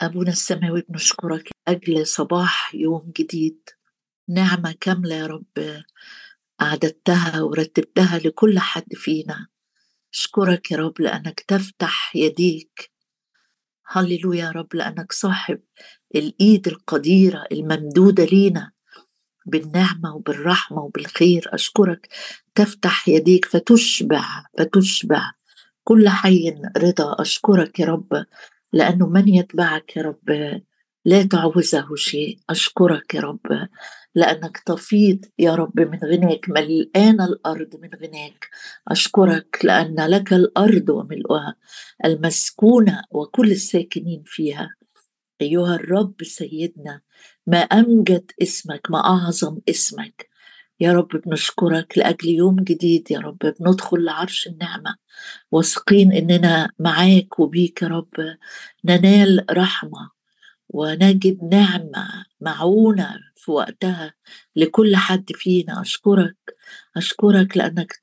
أبونا السماوي بنشكرك أجل صباح يوم جديد، نعمة كاملة يا رب أعددتها ورتبتها لكل حد فينا. أشكرك يا رب لأنك تفتح يديك. هللويا يا رب لأنك صاحب الإيد القديرة الممدودة لينا بالنعمة وبالرحمة وبالخير. أشكرك تفتح يديك فتشبع كل حي رضا. أشكرك يا رب لأنه من يتبعك يا رب لا تعوزه شيء. أشكرك يا رب لأنك تفيض يا رب من غناك، ملآن الأرض من غناك. أشكرك لأن لك الأرض وملؤها المسكونة وكل الساكنين فيها. أيها الرب سيدنا، ما أمجد اسمك، ما أعظم اسمك يا رب. بنشكرك لأجل يوم جديد يا رب، بندخل لعرش النعمة واثقين إننا معاك وبيك يا رب ننال رحمة ونجد نعمة معونة في وقتها لكل حد فينا. أشكرك لأنك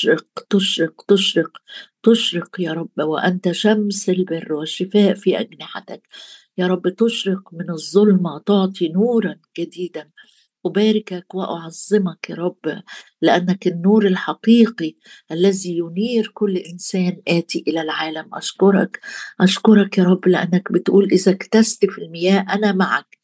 تشرق يا رب، وأنت شمس البر والشفاء في أجنحتك يا رب. تشرق من الظلمة تعطي نورا جديدا. أباركك وأعظمك يا رب لأنك النور الحقيقي الذي ينير كل إنسان آتي إلى العالم. أشكرك يا رب لأنك بتقول إذا اكتست في المياه أنا معك،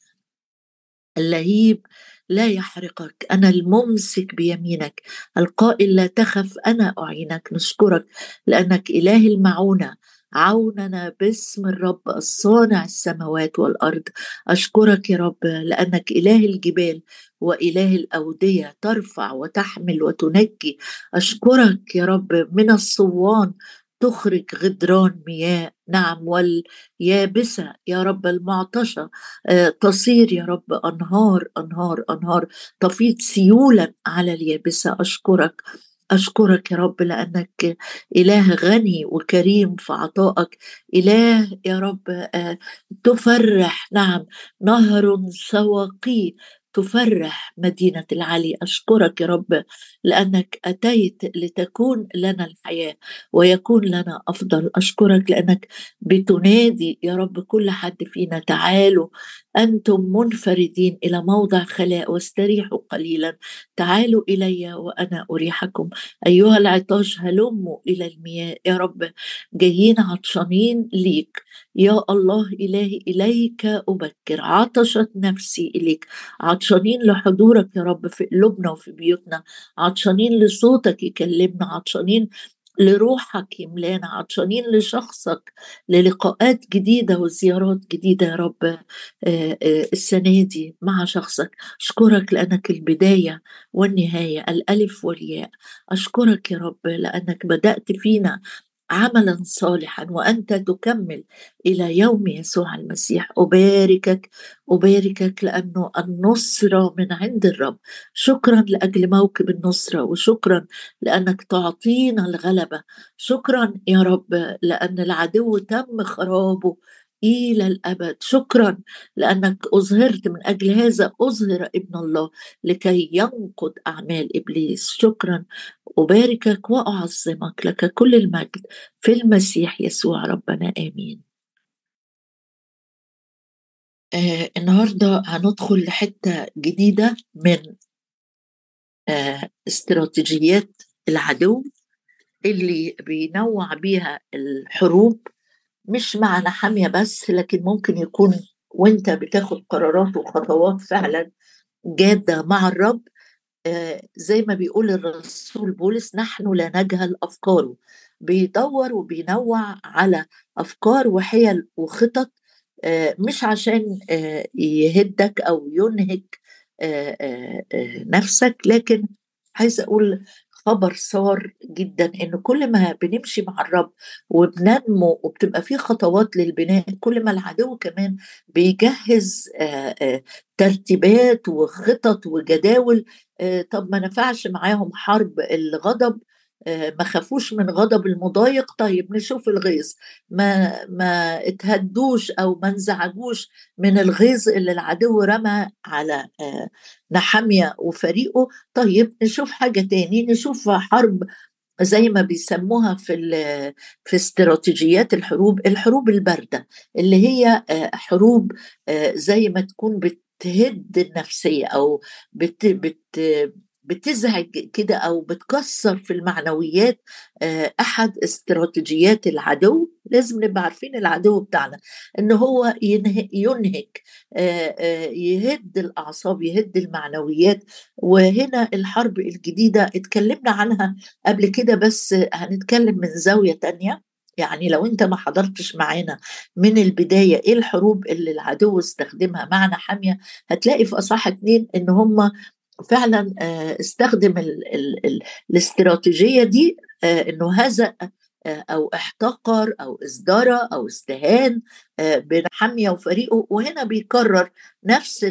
اللهيب لا يحرقك، أنا الممسك بيمينك، القائل لا تخف أنا أعينك. نشكرك لأنك إله المعونة، عوننا باسم الرب الصانع السماوات والأرض. أشكرك يا رب لأنك إله الجبال وإله الأودية، ترفع وتحمل وتنجي. أشكرك يا رب من الصوان تخرج غدران مياه، نعم، واليابسة يا رب المعطشة تصير يا رب أنهار أنهار أنهار، تفيض سيولا على اليابسة. أشكرك يا رب لأنك إله غني وكريم في عطائك، إله يا رب تفرح، نعم، نهر سواقي تفرح مدينة العلي. أشكرك يا رب لأنك أتيت لتكون لنا الحياة ويكون لنا أفضل. أشكرك لأنك بتنادي يا رب كل حد فينا، تعالوا أنتم منفردين إلى موضع خلاء واستريحوا قليلا، تعالوا إلي وأنا أريحكم. أيها العطاش هلموا إلى المياه يا رب، جايين عطشانين ليك يا الله إلهي. إليك أبكر، عطشت نفسي إليك، عطشانين لحضورك يا رب في قلوبنا وفي بيوتنا، عطشانين لصوتك يكلمنا، عطشانين لروحك يملانا، عطشانين لشخصك، للقاءات جديدة وزيارات جديدة يا رب. السنة دي مع شخصك. أشكرك لأنك البداية والنهاية، الألف والياء. أشكرك يا رب لأنك بدأت فينا عملا صالحا وأنت تكمل إلى يوم يسوع المسيح. أباركك لأنه النصرة من عند الرب. شكرا لأجل موكب النصرة، وشكرا لأنك تعطينا الغلبة. شكرا يا رب لأن العدو تم خرابه إلى الأبد. شكرا لأنك أظهرت، من أجل هذا أظهر ابن الله لكي ينقض أعمال إبليس. شكرا. أباركك وأعظمك، لك كل المجد في المسيح يسوع ربنا، آمين. النهاردة هندخل لحتة جديدة من استراتيجيات العدو اللي بينوع بيها الحروب، مش مع نحامية بس، لكن ممكن يكون وانت بتاخد قرارات وخطوات فعلا جادة مع الرب. زي ما بيقول الرسول بولس، نحن لا نجهل أفكاره. بيدور وبينوع على أفكار وحيل وخطط، مش عشان يهدك أو ينهك نفسك، لكن عايز أقول خبر صار جدا إن كل ما بنمشي مع الرب وبننمو وبتبقى فيه خطوات للبناء، كل ما العدو كمان بيجهز ترتيبات وخطط وجداول. طب ما نفعش معاهم حرب الغضب، ما خافوش من غضب المضايق، طيب نشوف الغيظ. ما اتهدوش او ما انزعجوش من الغيظ اللي العدو رمى على نحمية وفريقه، طيب نشوف حاجة تاني، نشوف حرب زي ما بيسموها في استراتيجيات الحروب الباردة، اللي هي حروب زي ما تكون بتهد النفسية، أو بت بت بتزعج كده، أو بتكسر في المعنويات. أحد استراتيجيات العدو، لازم نبقى عارفين العدو بتاعنا إن هو ينهك، يهد الأعصاب، يهد المعنويات. وهنا الحرب الجديدة اتكلمنا عنها قبل كده، بس هنتكلم من زاوية تانية. يعني لو انت ما حضرتش معانا من البداية ايه الحروب اللي العدو استخدمها معنا حامية، هتلاقي في اصحاح 2 ان هم فعلا استخدم الاستراتيجية دي، انه هزأ او احتقر او ازدرى او استهان بين حمية وفريقه. وهنا بيكرر نفس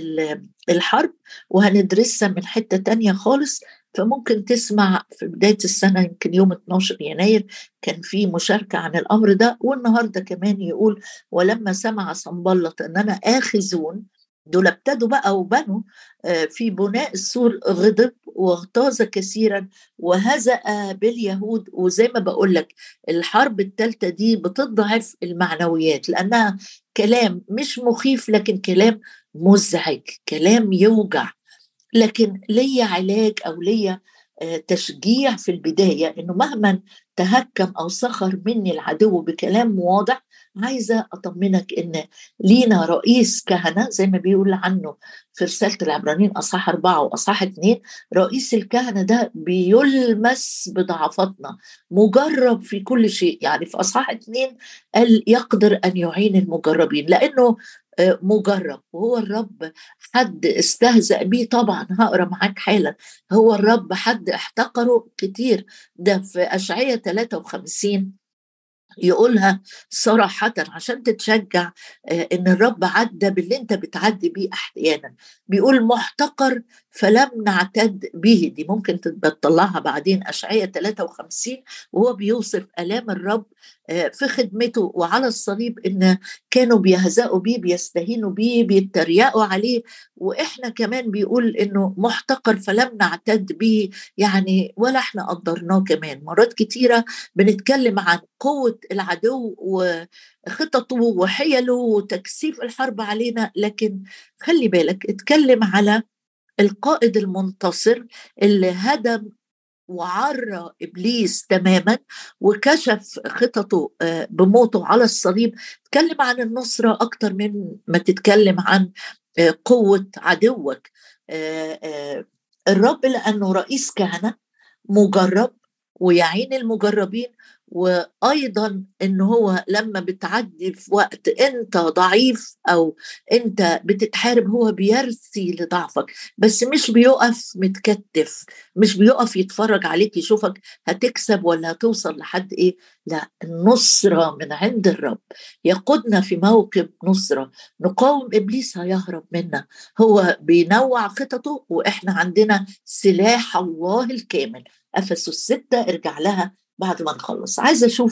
الحرب، وهندرسها من حتة تانية خالص. فممكن تسمع في بداية السنة، يمكن يوم 12 يناير كان في مشاركة عن الأمر ده، والنهاردة كمان يقول: ولما سمع صنبلط أننا آخذون. دول ابتدوا بقى وبنوا في بناء السور، غضب واغتاظ كثيرا وهزأ باليهود. وزي ما بقول لك، الحرب الثالثة دي بتضعف المعنويات، لأنها كلام مش مخيف، لكن كلام مزعج، كلام يوجع. لكن ليا علاج، او ليا تشجيع في البدايه، انه مهما تهكم او سخر مني العدو بكلام واضح، عايزه اطمنك ان لينا رئيس كهنه، زي ما بيقول عنه في رساله العبرانيين اصحاح 4 واصحاح 2. رئيس الكهنه ده بيلمس بضعفاتنا، مجرب في كل شيء. يعني في اصحاح 2 قال يقدر ان يعين المجربين، لانه مجرب. وهو الرب حد استهزأ بيه؟ طبعا هقرا معاك حالا. هو الرب حد احتقره كتير؟ ده في أشعية 53 يقولها صراحة عشان تتشجع، ان الرب عدى باللي انت بتعدي بيه احيانا. بيقول محتقر فلم نعتد به. دي ممكن تطلعها بعدين، اشعياء 53، وهو بيوصف الام الرب في خدمته وعلى الصليب، ان كانوا بيهزأوا بيه، بيستهينوا بيه، بيتريقوا عليه. واحنا كمان بيقول انه محتقر فلم نعتد به، يعني ولا احنا قدرناه. كمان مرات كتيرة بنتكلم عن قوة العدو وخططه وحيله وتكثيف الحرب علينا، لكن خلي بالك، اتكلم على القائد المنتصر اللي هدم وعرى إبليس تماما وكشف خططه بموته على الصليب. اتكلم عن النصرة أكتر من ما تتكلم عن قوة عدوك. الرب لأنه رئيس كهنة مجرب ويعين المجربين، وايضا ان هو لما بتعدي في وقت انت ضعيف او انت بتتحارب، هو بيرثي لضعفك، بس مش بيقف متكتف، مش بيقف يتفرج عليك يشوفك هتكسب ولا هتوصل لحد ايه. لا، النصرة من عند الرب يقودنا في موكب نصرة. نقاوم ابليس هيهرب منا. هو بينوع خططه، واحنا عندنا سلاح الله الكامل. افسس 6 ارجع لها بعد ما نخلص. عايزه اشوف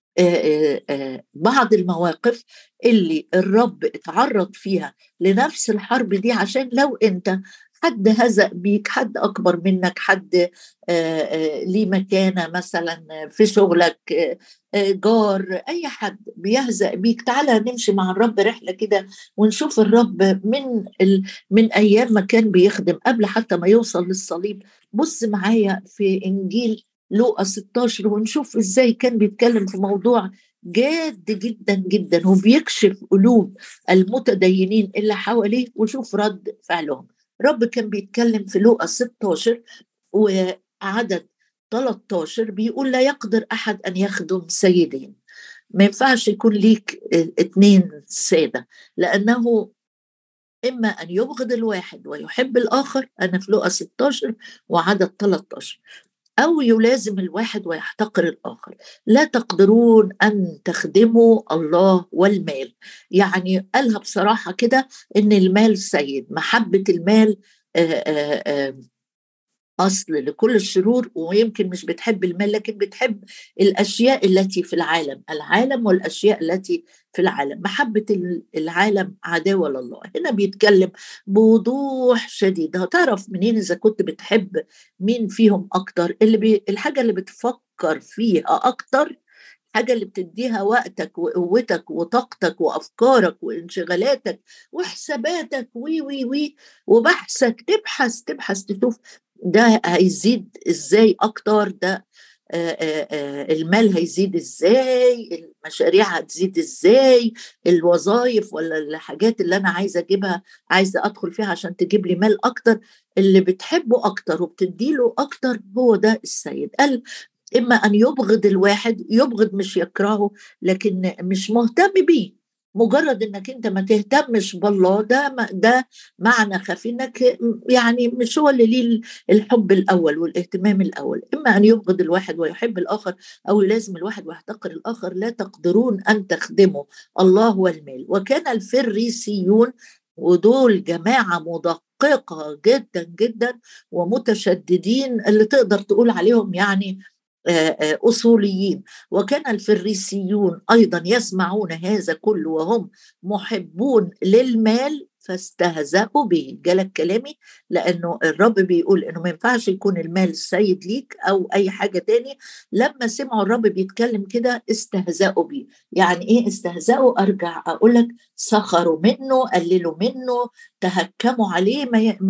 بعض المواقف اللي الرب اتعرض فيها لنفس الحرب دي، عشان لو انت حد هزأ بيك، حد أكبر منك، حد ليه مكانة مثلا في شغلك، جار، أي حد بيهزأ بيك، تعالى نمشي مع الرب رحلة كده ونشوف الرب من أيام ما كان بيخدم قبل حتى ما يوصل للصليب. بص معايا في إنجيل لوقا 16 ونشوف إزاي كان بيتكلم في موضوع جاد جدا جدا، وبيكشف قلوب المتدينين اللي حواليه، وشوف رد فعلهم. رب كان بيتكلم في لوقا 16 وعدد 13، بيقول: لا يقدر أحد أن يخدم سيدين. ما ينفعش يكون ليك اتنين سادة، لأنه إما أن يبغض الواحد ويحب الآخر، أنا في لوقا 16 وعدد 13، أو يلازم الواحد ويحتقر الآخر. لا تقدرون أن تخدموا الله والمال. يعني قالها بصراحة كده، إن المال سيد، محبة المال أصل لكل الشرور، ويمكن مش بتحب المال لكن بتحب الأشياء التي في العالم، العالم والأشياء التي في العالم. محبة العالم عداوة لله. هنا بيتكلم بوضوح شديد. هتعرف منين إذا كنت بتحب مين فيهم أكتر؟ الحاجة اللي بتفكر فيها أكتر، حاجة اللي بتديها وقتك وقوتك وطاقتك وأفكارك وانشغالاتك وحساباتك وي وي وي وبحثك، تبحث تشوف ده هيزيد ازاي اكتر، ده المال هيزيد ازاي، المشاريع هتزيد ازاي، الوظائف ولا الحاجات اللي انا عايزه اجيبها، عايزه ادخل فيها عشان تجيب لي مال اكتر. اللي بتحبه اكتر وبتديله اكتر هو ده السيد. قال إما أن يبغض الواحد، يبغض مش يكرهه لكن مش مهتم بيه. مجرد انك انت ما تهتمش بالله، ده معنى خفي انك يعني مش هو اللي ليه الحب الاول والاهتمام الاول. اما ان يبغض الواحد ويحب الاخر، او لازم الواحد ويحتقر الاخر. لا تقدرون ان تخدموا الله والمال. وكان الفريسيون، ودول جماعه مدققه جدا جدا ومتشددين، اللي تقدر تقول عليهم يعني أصوليين. وكان الفريسيون أيضا يسمعون هذا كله وهم محبون للمال فاستهزأوا به. جالك كلامي؟ لأنه الرب بيقول إنه ما ينفعش يكون المال السيد ليك أو أي حاجة تاني. لما سمعوا الرب بيتكلم كده استهزأوا به. يعني إيه استهزأوا؟ أرجع أقول لك سخروا منه، قللوا منه، تهكموا عليه.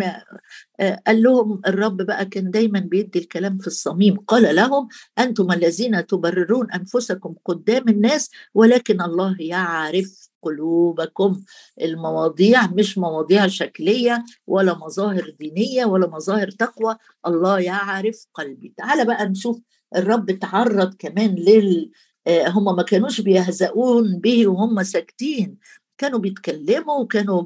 قال لهم الرب بقى، كان دايما بيدي الكلام في الصميم. قال لهم أنتم الذين تبررون أنفسكم قدام الناس ولكن الله يعرف قلوبكم. المواضيع مش مواضيع شكلية ولا مظاهر دينية ولا مظاهر تقوى، الله يعرف قلبي. تعال بقى نشوف الرب تعرض كمان هم ما كانوش بيهزؤون به وهم ساكتين، كانوا بيتكلموا وكانوا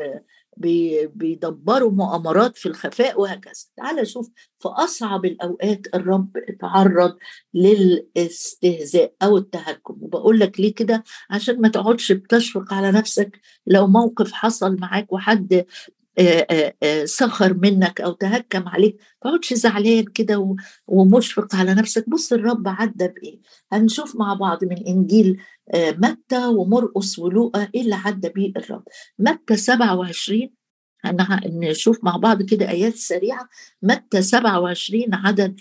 بيدبروا مؤامرات في الخفاء وهكذا. تعال شوف في أصعب الأوقات الرب اتعرض للاستهزاء أو التهكم. وبقول لك ليه كده؟ عشان ما تقعدش بتشفق على نفسك لو موقف حصل معاك وحد سخر منك أو تهكم عليك، ما تقعدش زعلان كده ومشفق على نفسك. بص الرب عدى بإيه. هنشوف مع بعض من إنجيل متى ومرقس ولوقا إيه اللي عدى بيه الرب. متى 27، نشوف مع بعض كده آيات سريعة. متى 27 عدد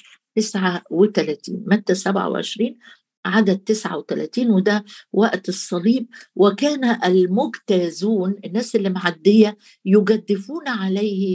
39. متى 27 عدد 39، وده وقت الصليب. وكان المجتازون، الناس اللي معدية، يجدفون عليه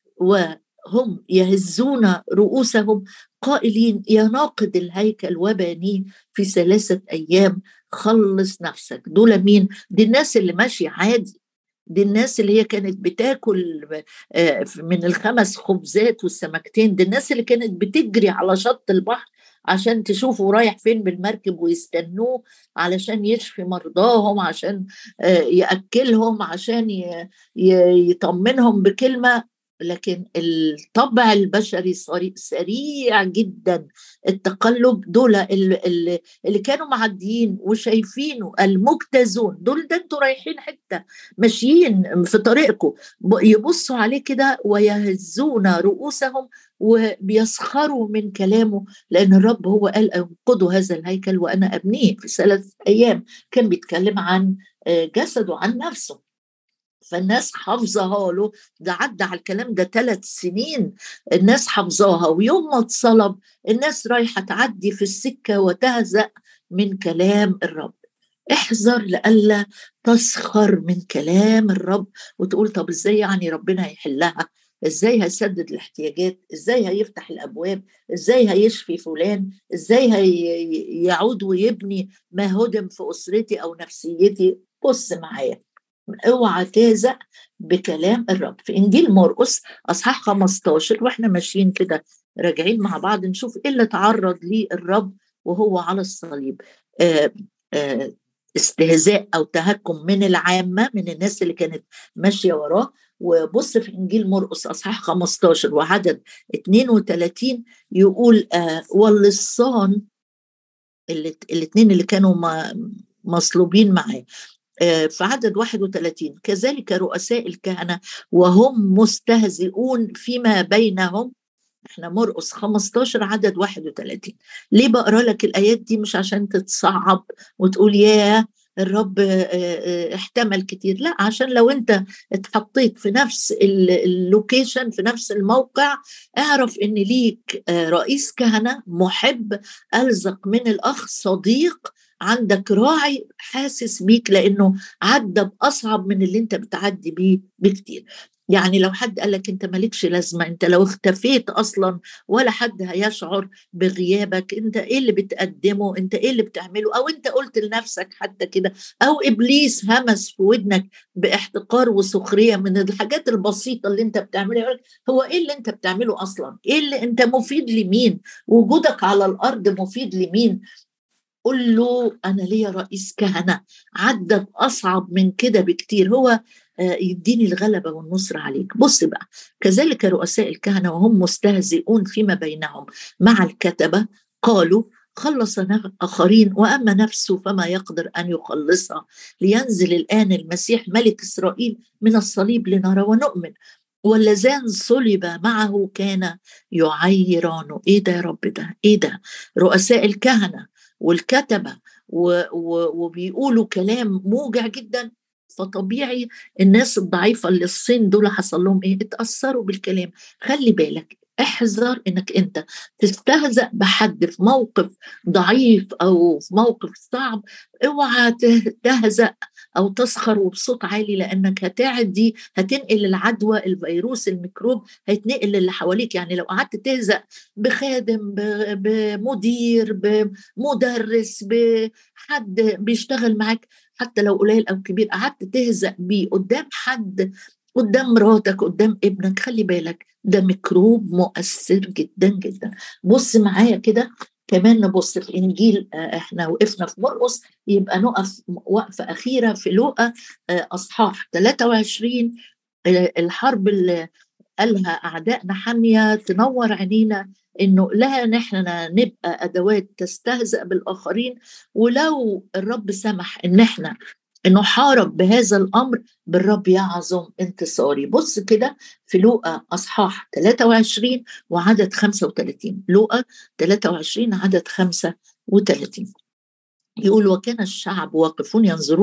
وهم يهزون رؤوسهم قائلين يا ناقد الهيكل وبانيه في 3 أيام خلص نفسك. دول مين؟ دي الناس اللي ماشية عادي، دي الناس اللي هي كانت بتاكل من ال5 خبزات والسمكتين، دي الناس اللي كانت بتجري على شط البحر عشان تشوفوا رايح فين بالمركب ويستنوه علشان يشفي مرضاهم، عشان يأكلهم، عشان يطمنهم بكلمة. لكن الطبع البشري سريع جدا التقلب. دول اللي كانوا معديين وشايفينه المجتازون، دول ده انتوا رايحين حتة، ماشيين في طريقكم، يبصوا عليه كده ويهزون رؤوسهم وبيسخروا من كلامه. لأن الرب هو قال انقضوا هذا الهيكل وأنا أبنيه في 3 أيام. كان بيتكلم عن جسده، عن نفسه. فالناس حافظها له. ده عدى على الكلام ده 3 سنين، الناس حافظاها. ويوم ما اتصلب الناس رايحة تعدي في السكة وتهزأ من كلام الرب. احذر لألا تسخر من كلام الرب وتقول طب ازاي يعني ربنا هيحلها، ازاي هيسدد الاحتياجات، ازاي هيفتح الابواب، ازاي هيشفي فلان، ازاي هيعود ويبني ما هدم في اسرتي او نفسيتي. بص معايا، اوعى تهزأ بكلام الرب. في انجيل مرقس اصحاح 15 واحنا ماشيين كده راجعين مع بعض نشوف ايه اللي تعرض ليه الرب وهو على الصليب. آه آه استهزاء او تهكم من العامه، من الناس اللي كانت ماشيه وراه. وبص في انجيل مرقس اصحاح 15 وعدد 32 يقول واللصان، الاثنين اللي كانوا مصلوبين معاه. في عدد 31 كذلك رؤساء الكهنة وهم مستهزئون فيما بينهم. احنا مرقس 15 عدد 31. ليه بقرا لك الآيات دي؟ مش عشان تتصعب وتقول ياه الرب احتمل كتير، لا، عشان لو انت اتحطيت في نفس اللوكيشن، في نفس الموقع، اعرف ان ليك رئيس كهنة محب ألزق من الأخ، صديق، عندك راعي حاسس بيك، لأنه عدى بأصعب من اللي انت بتعدي بيه بكتير. يعني لو حد قالك انت مالكش لازمة، انت لو اختفيت اصلا ولا حد هيشعر بغيابك، انت ايه اللي بتقدمه، انت ايه اللي بتعمله، او انت قلت لنفسك حتى كده، او ابليس همس في ودنك باحتقار وسخرية من الحاجات البسيطة اللي انت بتعملها، يقولك هو ايه اللي انت بتعمله اصلا؟ ايه اللي انت مفيد لمين؟ وجودك على الارض مفيد لمين؟ قل له أنا ليا رئيس كهنة عدى بأصعب من كده بكتير، هو يديني الغلبة والنصر عليك. بص بقى، كذلك رؤساء الكهنة وهم مستهزئون فيما بينهم مع الكتبة قالوا خلص آخرين وأما نفسه فما يقدر أن يخلصها، لينزل الآن المسيح ملك إسرائيل من الصليب لنرى ونؤمن. واللذان صلب معه كان يعيران. ايه ده يا رب؟ ده ايه ده؟ رؤساء الكهنة والكتبة وبيقولوا كلام موجع جدا، فطبيعي الناس الضعيفة اللي الصين دول حصل لهم ايه؟ اتأثروا بالكلام. خلي بالك، احذر انك انت تستهزأ بحد في موقف ضعيف او في موقف صعب. اوعى تهزأ او تسخر وبصوت عالي، لانك هتعدي، هتنقل العدوى، الفيروس، الميكروب هيتنقل للي حواليك. يعني لو قعدت تهزأ بخادم، بمدير، مدرس، بحد بيشتغل معاك، حتى لو قليل او كبير، قعدت تهزأ بيه قدام حد، قدام مراتك، قدام ابنك، خلي بالك ده ميكروب مؤثر جدا جدا. بص معايا كده كمان، نبص في انجيل، احنا وقفنا في مرقس، يبقى نقف وقفه اخيره في لوقا اصحاح 23. الحرب اللي قالها أعدائنا حامية تنور عينينا، إنه لا نحن نبقى أدوات تستهزأ بالآخرين. ولو الرب سمح إن احنا نحارب بهذا الأمر، بالرب يعظم انتصاري. بص كده في لوقا أصحاح 23 وعدد 35. لوقا 23 عدد 35 يقول وكان الشعب واقفون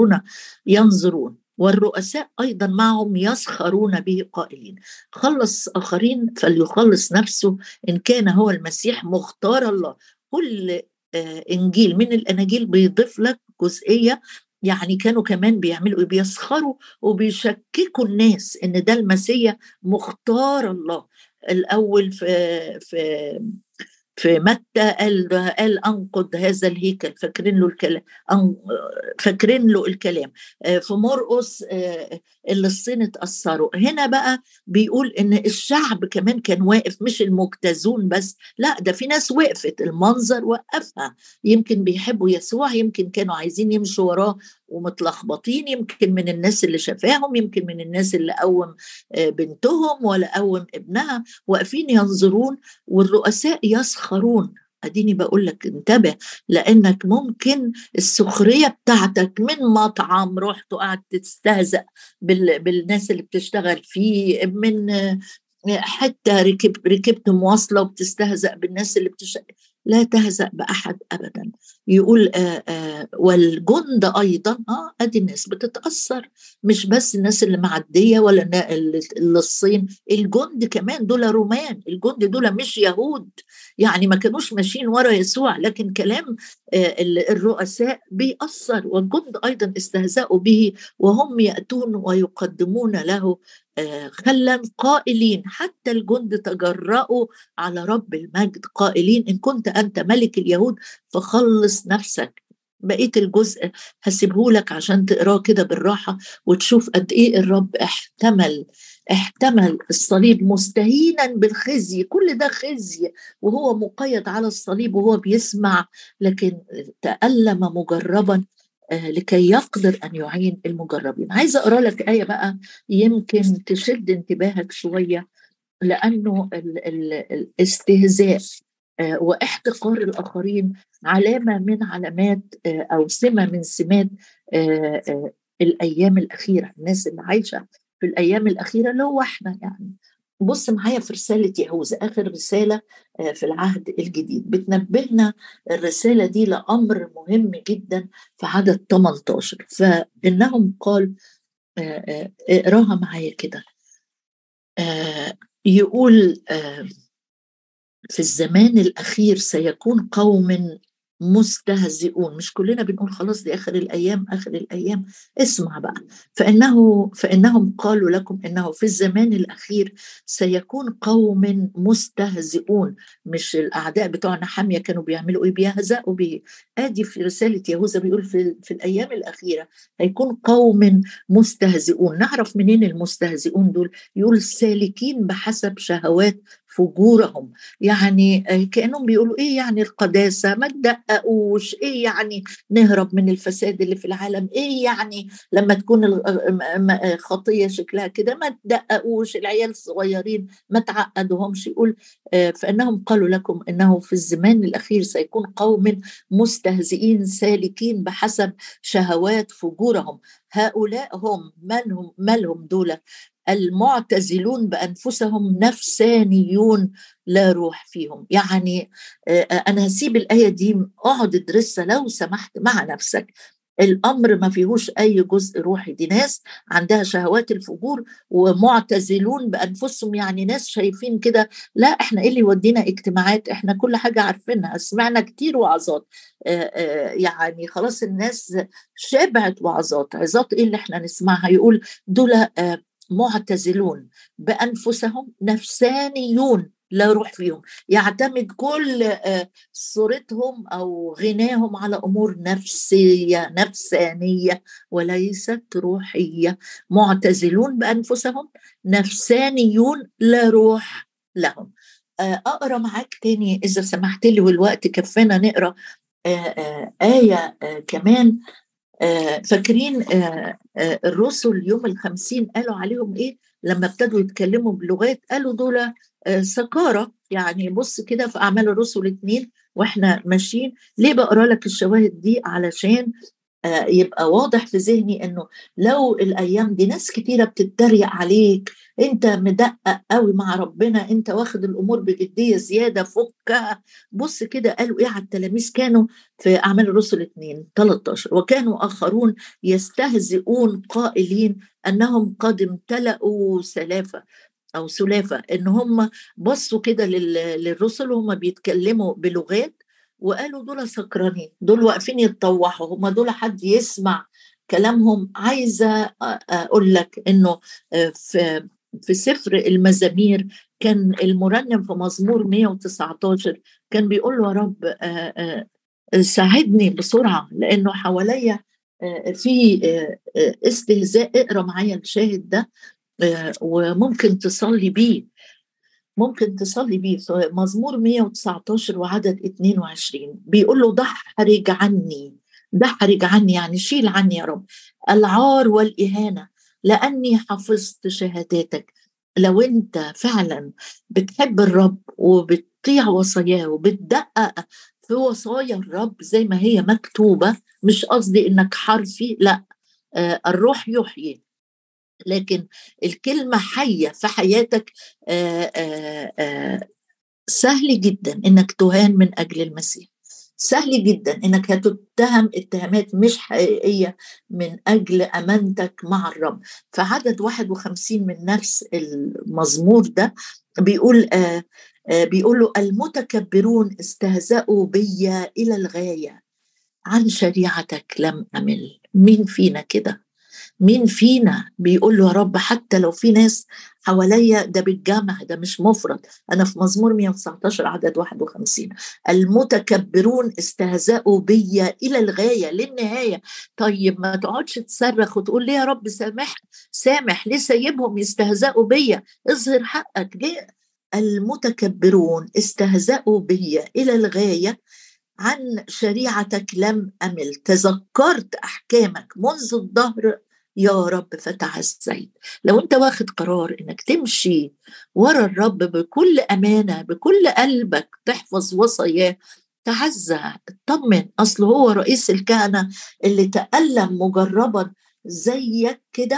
ينظرون والرؤساء أيضا معهم يسخرون به قائلين خلص آخرين فليخلص نفسه إن كان هو المسيح مختار الله. كل إنجيل من الأناجيل بيضيف لك جزئية، يعني كانوا كمان بيعملوا إيه؟ بيسخروا وبيشككوا الناس إن ده المسيح مختار الله. الأول في في متى قال انقض هذا الهيكل، فاكرين له الكلام، فاكرين له الكلام. في مرقس اللي الصين اتأثروا. هنا بقى بيقول ان الشعب كمان كان واقف، مش المجتازون بس، لا ده في ناس وقفت، المنظر وقفها. يمكن بيحبوا يسوع، يمكن كانوا عايزين يمشوا وراه ومتلخبطين، يمكن من الناس اللي شفاهم، يمكن من الناس اللي قوم بنتهم ولا قوم ابنها، واقفين ينظرون والرؤساء يسخرون. اديني بقول لك انتبه، لانك ممكن السخريه بتاعتك من مطعم رحت وقعدت تستهزأ بالناس اللي بتشتغل فيه، من حتى ركبت مواصله وبتستهزأ بالناس اللي بتشتغل. لا تهزأ بأحد أبدا. يقول والجند أيضا، أدي الناس بتتأثر، مش بس الناس اللي معدية ولا اللي الصين، الجند كمان دول رومان، الجند دول مش يهود، يعني ما كانوش ماشيين ورا يسوع، لكن كلام الرؤساء بيأثر. والجند أيضا استهزأوا به وهم يأتون ويقدمون له خلا قائلين، حتى الجند تجرأوا على رب المجد قائلين إن كنت أنت ملك اليهود فخلص نفسك. بقيت الجزء هسيبه لك عشان تقراه كده بالراحة وتشوف قد إيه الرب احتمل الصليب مستهينا بالخزي، كل ده خزي وهو مقيد على الصليب وهو بيسمع، لكن تألم مجربا لكي يقدر أن يعين المجربين. عايزة أقرأ لك آية بقى يمكن تشد انتباهك شوية، لأنه الاستهزاء واحتقار الآخرين علامة من علامات أو سمة من سمات الأيام الأخيرة. الناس اللي عايشة في الأيام الأخيرة اللي هو احنا يعني بص معايا في رسالة يهوذا، آخر رسالة في العهد الجديد، بتنبهنا الرسالة دي لأمر مهم جدا في عدد 18. فإنهم قال، اقراها معايا كده. يقول في الزمان الأخير سيكون قوم مستهزئون. مش كلنا بنقول خلاص دي آخر الأيام، آخر الأيام؟ اسمع بقى. فإنهم قالوا لكم إنه في الزمان الأخير سيكون قوم مستهزئون. مش الأعداء بتوعنا حامية كانوا بيعملوا إيه؟ بيهزأوا به. آدي في رسالة يهوذا بيقول في الأيام الأخيرة هيكون قوم مستهزئون. نعرف منين المستهزئون دول؟ يقول سالكين بحسب شهوات فجورهم. يعني كأنهم بيقولوا ايه يعني القداسة؟ ما تدققوش. ايه يعني نهرب من الفساد اللي في العالم؟ ايه يعني لما تكون خطية شكلها كده؟ ما تدققوش العيال الصغيرين، ما تعقدهمش. يقول فإنهم قالوا لكم إنه في الزمان الأخير سيكون قوم مستهزئين سالكين بحسب شهوات فجورهم. هؤلاء هم مالهم دول؟ المعتزلون بأنفسهم نفسانيون لا روح فيهم. يعني أنا هسيب الآية دي، اقعد ادرسها لو سمحت مع نفسك. الأمر ما فيهوش أي جزء روحي. دي ناس عندها شهوات الفجور ومعتزلون بأنفسهم، يعني ناس شايفين كده لا احنا ايه اللي يودينا اجتماعات؟ احنا كل حاجة عارفينها، سمعنا كتير وعظات. يعني خلاص الناس شبعت وعظات. عظات ايه اللي احنا نسمعها؟ يقول دول معتزلون بأنفسهم نفسانيون لا روح فيهم. يعتمد كل صورتهم أو غناهم على أمور نفسية نفسانية وليست روحية. معتزلون بأنفسهم نفسانيون لا روح لهم. أقرأ معاك تاني إذا سمحت لي، والوقت كفانا نقرأ آية كمان. فاكرين الرسل يوم الخمسين قالوا عليهم ايه لما ابتدوا يتكلموا بلغات؟ قالوا دول سكارة. يعني بص كده في أعمال الرسل 2 واحنا ماشيين. ليه بقرا لك الشواهد دي؟ علشان يبقى واضح في ذهني انه لو الايام دي ناس كتيره بتتريق عليك، انت مدقق قوي مع ربنا، انت واخد الامور بجديه زياده، فكها. بص كده قالوا ايه على التلاميذ. كانوا في اعمال الرسل 2 13 وكانوا اخرون يستهزئون قائلين انهم قد امتلأوا سلافه او سلافه. ان هم بصوا كده للرسل وهم بيتكلموا بلغات وقالوا دول سكرانين، دول واقفين يتطوحوا، هم دول حد يسمع كلامهم؟ عايزه اقول لك انه في سفر المزامير كان المرنم في مزمور 119 كان بيقول له يا رب ساعدني بسرعه لانه حواليا في استهزاء. اقرا معايا الشاهد ده وممكن تصلي بيه. ممكن تصلي بيه في مزمور 119 وعدد 22. بيقول له دحرج عني، دحرج عني يعني شيل عني يا رب العار والإهانة لأني حفظت شهاداتك. لو أنت فعلا بتحب الرب وبتطيع وصاياه وبتدقق في وصايا الرب زي ما هي مكتوبة، مش قصدي إنك حرفي، لا، الروح يحيي لكن الكلمة حية في حياتك. آآ آآ سهل جدا انك تهان من اجل المسيح. سهل جدا انك هتتهم اتهامات مش حقيقية من اجل امانتك مع الرب. فعدد 51 من نفس المزمور ده بيقول بيقول له المتكبرون استهزأوا بي الى الغاية، عن شريعتك لم امل. مين فينا كده؟ مين فينا بيقول له يا رب حتى لو في ناس حواليا؟ ده بالجمع، ده مش مفرد. أنا في مزمور 119 عدد 51 المتكبرون استهزأوا بي إلى الغاية للنهاية. طيب ما تقعدش تصرخ وتقول ليه يا رب سامح سامح، ليه سايبهم يستهزأوا بي؟ اظهر حقك ليه. المتكبرون استهزأوا بي إلى الغاية، عن شريعتك لم أمل، تذكرت أحكامك منذ الظهر يا رب فتعزيت. لو أنت واخد قرار إنك تمشي ورا الرب بكل أمانة بكل قلبك تحفظ وصاياه، تعزى اطمن. أصل هو رئيس الكهنة اللي تألم مجربا زيك كده،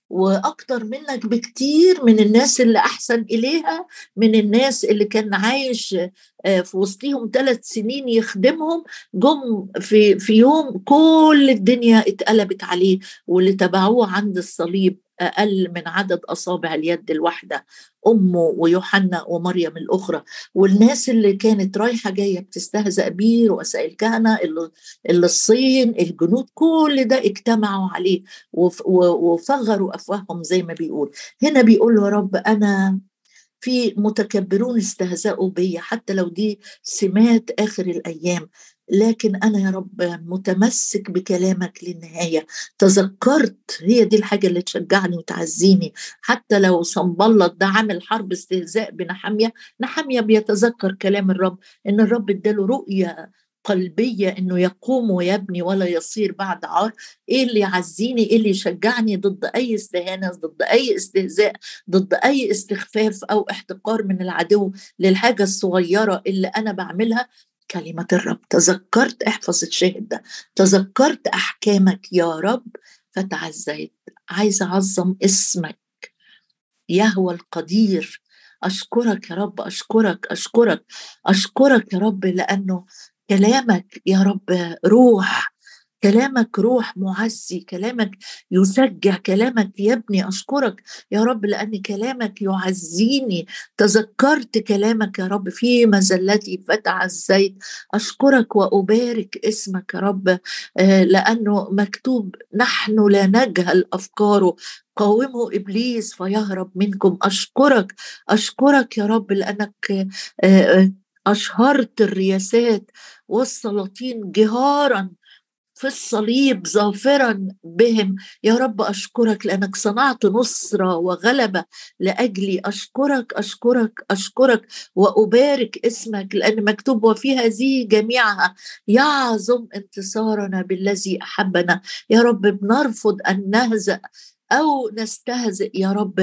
وأكتر منك بكتير، من الناس اللي أحسن إليها، من الناس اللي كان عايش في وسطهم 3 سنين يخدمهم، جم في يوم كل الدنيا اتقلبت عليه، واللي تبعوه عند الصليب أقل من عدد أصابع اليد الواحدة، أمه ويوحنا ومريم الأخرى. والناس اللي كانت رايحة جاية بتستهزأ بيه، رؤساء الكهنة، اللي الصين، الجنود، كل ده اجتمعوا عليه وفغروا أفواههم زي ما بيقول. هنا بيقول له يا رب أنا في متكبرون استهزأوا بي، حتى لو دي سمات آخر الأيام، لكن أنا يا رب متمسك بكلامك للنهاية. تذكرت، هي دي الحاجة اللي تشجعني وتعزيني، حتى لو صنبلط ده عامل حرب استهزاء بنحمية، نحمية بيتذكر كلام الرب، إن الرب اداله رؤية قلبية إنه يقوم ويبني ولا يصير بعد عار. إيه اللي يعزيني، إيه اللي يشجعني ضد أي استهانة، ضد أي استهزاء، ضد أي استخفاف أو احتقار من العدو للحاجة الصغيرة اللي أنا بعملها؟ كلمة الرب. تذكرت، احفظ الشاهد ده، تذكرت أحكامك يا رب فتعزيت. عايزة أعظم اسمك يهوى القدير. أشكرك يا رب، أشكرك أشكرك أشكرك يا رب، لأنه كلامك يا رب روح، كلامك روح معزي، كلامك يشجع، كلامك يبني. أشكرك يا رب لأن كلامك يعزيني. تذكرت كلامك يا رب في مزلتي فتعزيت. أشكرك وأبارك اسمك يا رب، لأنه مكتوب نحن لا نجهل أفكاره، قاوموا إبليس فيهرب منكم. أشكرك أشكرك يا رب لأنك أشهرت الرياسات والسلاطين جهارا في الصليب ظافرا بهم. يا رب أشكرك لأنك صنعت نصرة وغلبة لأجلي. أشكرك أشكرك أشكرك وأبارك اسمك، لأن مكتوب وفي هذه جميعها يعظم انتصارنا بالذي أحبنا. يا رب بنرفض أن نهزأ أو نستهزئ يا رب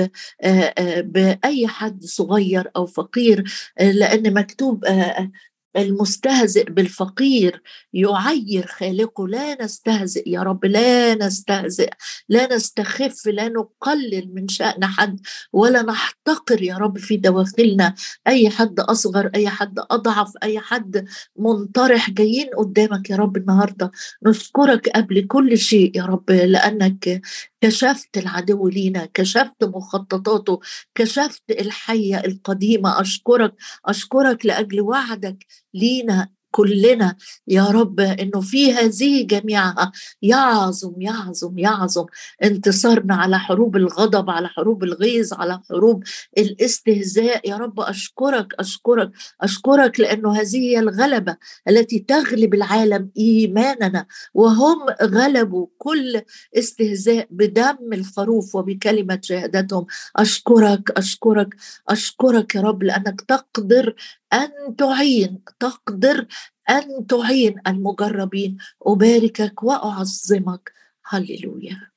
بأي حد صغير أو فقير، لأن مكتوب المستهزئ بالفقير يعير خالقه. لا نستهزئ يا رب، لا نستهزئ، لا نستخف، لا نقلل من شأن حد، ولا نحتقر يا رب في دواخلنا أي حد أصغر، أي حد أضعف، أي حد منطرح. جايين قدامك يا رب النهاردة نشكرك قبل كل شيء يا رب، لأنك كشفت العدو لينا، كشفت مخططاته، كشفت الحية القديمة. أشكرك أشكرك لأجل وعدك لينا كلنا يا رب، إنه في هذه جميعها يعظم يعظم يعظم انتصارنا على حروب الغضب، على حروب الغيظ، على حروب الاستهزاء. يا رب أشكرك أشكرك أشكرك لأنه هذه هي الغلبة التي تغلب العالم، إيماننا. وهم غلبوا كل استهزاء بدم الخروف وبكلمة شهادتهم. أشكرك أشكرك أشكرك يا رب لأنك تقدر أن تعين، تقدر أن تعين المجربين. أباركك وأعظمك. هللويا.